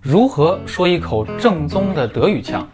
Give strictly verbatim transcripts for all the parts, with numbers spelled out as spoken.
如何说一口正宗的德语腔？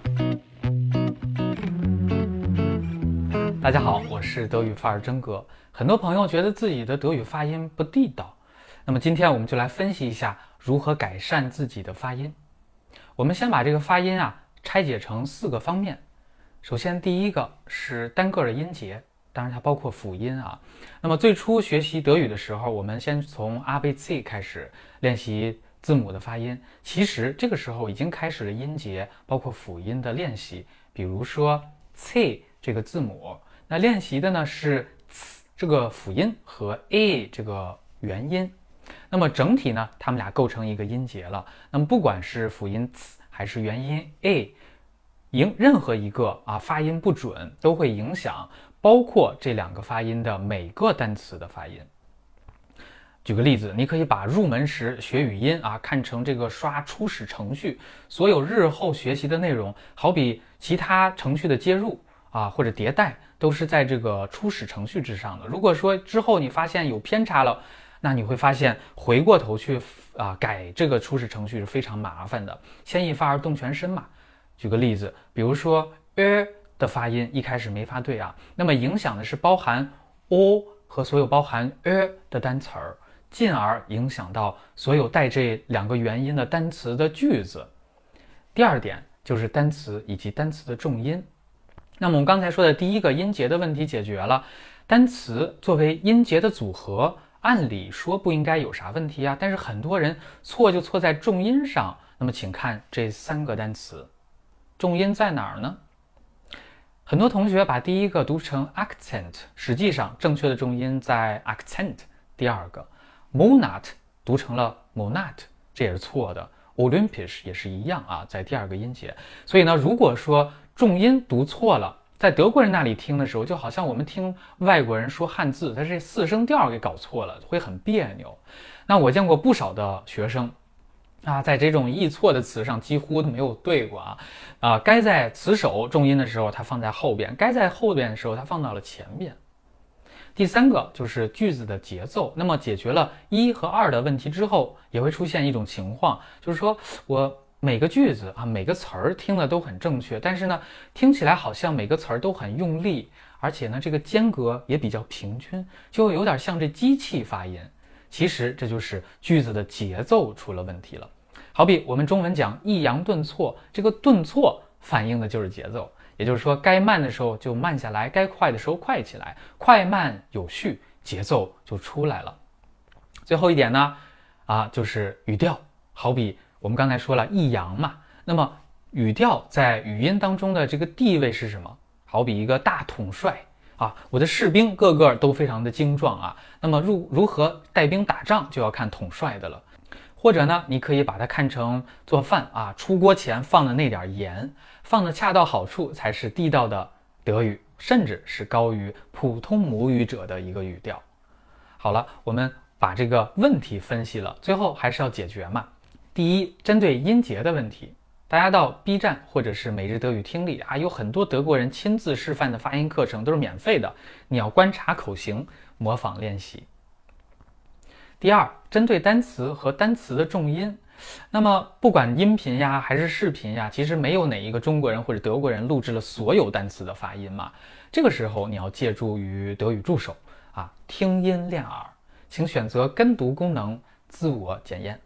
大家好，我是德语范儿真哥。很多朋友觉得自己的德语发音不地道，那么今天我们就来分析一下如何改善自己的发音。我们先把这个发音啊拆解成四个方面。首先第一个是单个的音节，当然它包括辅音啊。那么最初学习德语的时候，我们先从 A B C 开始练习字母的发音。其实这个时候已经开始了音节包括辅音的练习，比如说 C 这个字母，那练习的呢是 C 这个辅音和 A 这个元音。那么整体呢，它们俩构成一个音节了。那么不管是辅音 C 还是元音 A， 影任何一个啊发音不准都会影响包括这两个发音的每个单词的发音。举个例子，你可以把入门时学语音啊看成这个刷初始程序，所有日后学习的内容，好比其他程序的接入啊或者迭代，都是在这个初始程序之上的。如果说之后你发现有偏差了，那你会发现回过头去啊改这个初始程序是非常麻烦的。牵一发而动全身嘛。举个例子，比如说 er 的发音一开始没发对啊，那么影响的是包含 o 和所有包含 er 的单词儿，进而影响到所有带这两个元音的单词的句子。第二点就是单词以及单词的重音。那么我们刚才说的第一个音节的问题解决了，单词作为音节的组合，按理说不应该有啥问题啊，但是很多人错就错在重音上。那么请看这三个单词，重音在哪儿呢？很多同学把第一个读成 accent， 实际上正确的重音在 accent 第二个。Monat 读成了 monat， 这也是错的。Olympisch 也是一样啊，在第二个音节。所以呢，如果说重音读错了，在德国人那里听的时候，就好像我们听外国人说汉字，他这四声调给搞错了，会很别扭。那我见过不少的学生啊，在这种译错的词上几乎都没有对过啊。啊，该在词首重音的时候，它放在后边；该在后边的时候，它放到了前边。第三个就是句子的节奏。那么解决了一和二的问题之后，也会出现一种情况，就是说我每个句子啊，每个词儿听的都很正确，但是呢，听起来好像每个词儿都很用力，而且呢，这个间隔也比较平均，就有点像这机器发音。其实这就是句子的节奏出了问题了。好比我们中文讲抑扬顿挫，这个顿挫反映的就是节奏。也就是说，该慢的时候就慢下来，该快的时候快起来，快慢有序，节奏就出来了。最后一点呢，啊，就是语调。好比我们刚才说了抑扬嘛，那么语调在语音当中的这个地位是什么？好比一个大统帅啊，我的士兵个个都非常的精壮啊，那么如如何带兵打仗就要看统帅的了。或者呢，你可以把它看成做饭啊，出锅前放的那点盐，放的恰到好处才是地道的德语，甚至是高于普通母语者的一个语调。好了，我们把这个问题分析了，最后还是要解决嘛。第一，针对音节的问题，大家到 B 站或者是每日德语听力啊，有很多德国人亲自示范的发音课程，都是免费的，你要观察口型，模仿练习。第二，针对单词和单词的重音，那么不管音频呀还是视频呀，其实没有哪一个中国人或者德国人录制了所有单词的发音嘛。这个时候你要借助于德语助手啊，听音练耳，请选择跟读功能，自我检验。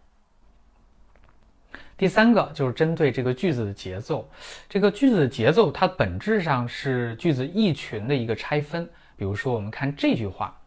第三个就是针对这个句子的节奏，这个句子的节奏它本质上是句子意群的一个拆分。比如说我们看这句话，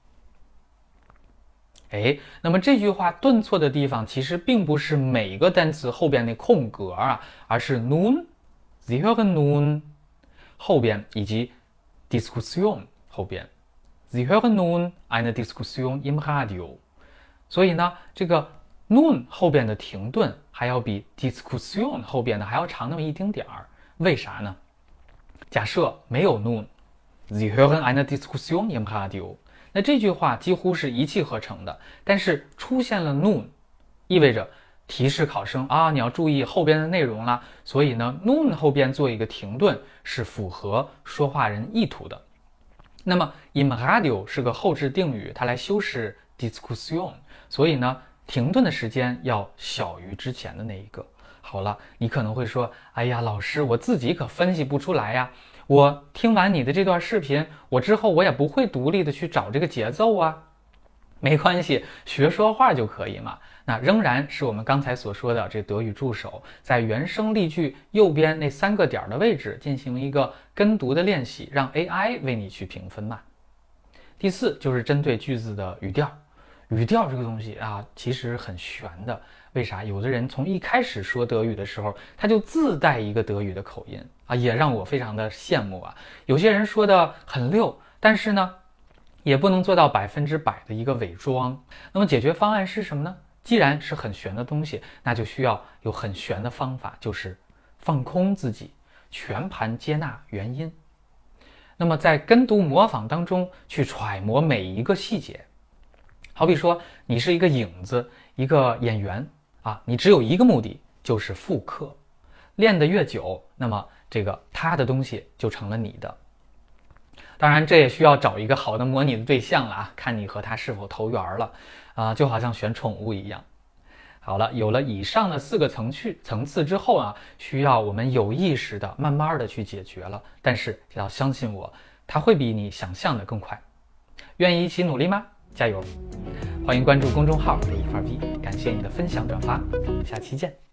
哎，那么这句话顿挫的地方其实并不是每个单词后边那空格啊，而是 nun、Sie hören nun 后边以及 Diskussion 后边 Sie hören nun eine Diskussion im Radio。 所以呢，这个 nun 后边的停顿还要比 Diskussion 后边的还要长那么一丁点儿。为啥呢？假设没有 nun，Sie hören eine Diskussion im Radio，那这句话几乎是一气呵成的，但是出现了 nun， 意味着提示考生啊，你要注意后边的内容啦。所以呢 nun 后边做一个停顿是符合说话人意图的。那么 im Radio 是个后置定语，它来修饰 Diskussion， 所以呢停顿的时间要小于之前的那一个。 好了，你可能会说，哎呀，老师，我自己可分析不出来呀。我听完你的这段视频，我之后我也不会独立的去找这个节奏啊。没关系，学说话就可以嘛。那仍然是我们刚才所说的这德语助手，在原声例句右边那三个点的位置进行一个跟读的练习，让 A I 为你去评分嘛。第四就是针对句子的语调，语调这个东西啊，其实很玄的。为啥？有的人从一开始说德语的时候，他就自带一个德语的口音啊，也让我非常的羡慕啊。有些人说的很溜，但是呢，也不能做到百分之百的一个伪装。那么解决方案是什么呢？既然是很玄的东西，那就需要有很玄的方法，就是放空自己，全盘接纳原因。那么在跟读模仿当中去揣摩每一个细节。好比说你是一个影子，一个演员啊，你只有一个目的，就是复刻。练得越久，那么这个他的东西就成了你的。当然这也需要找一个好的模拟的对象了啊，看你和他是否投缘了啊，就好像选宠物一样。好了，有了以上的四个层次层次之后啊，需要我们有意识的慢慢的去解决了，但是要相信我，它会比你想象的更快。愿意一起努力吗？加油！欢迎关注公众号德语范儿 V，感谢你的分享转发，下期见。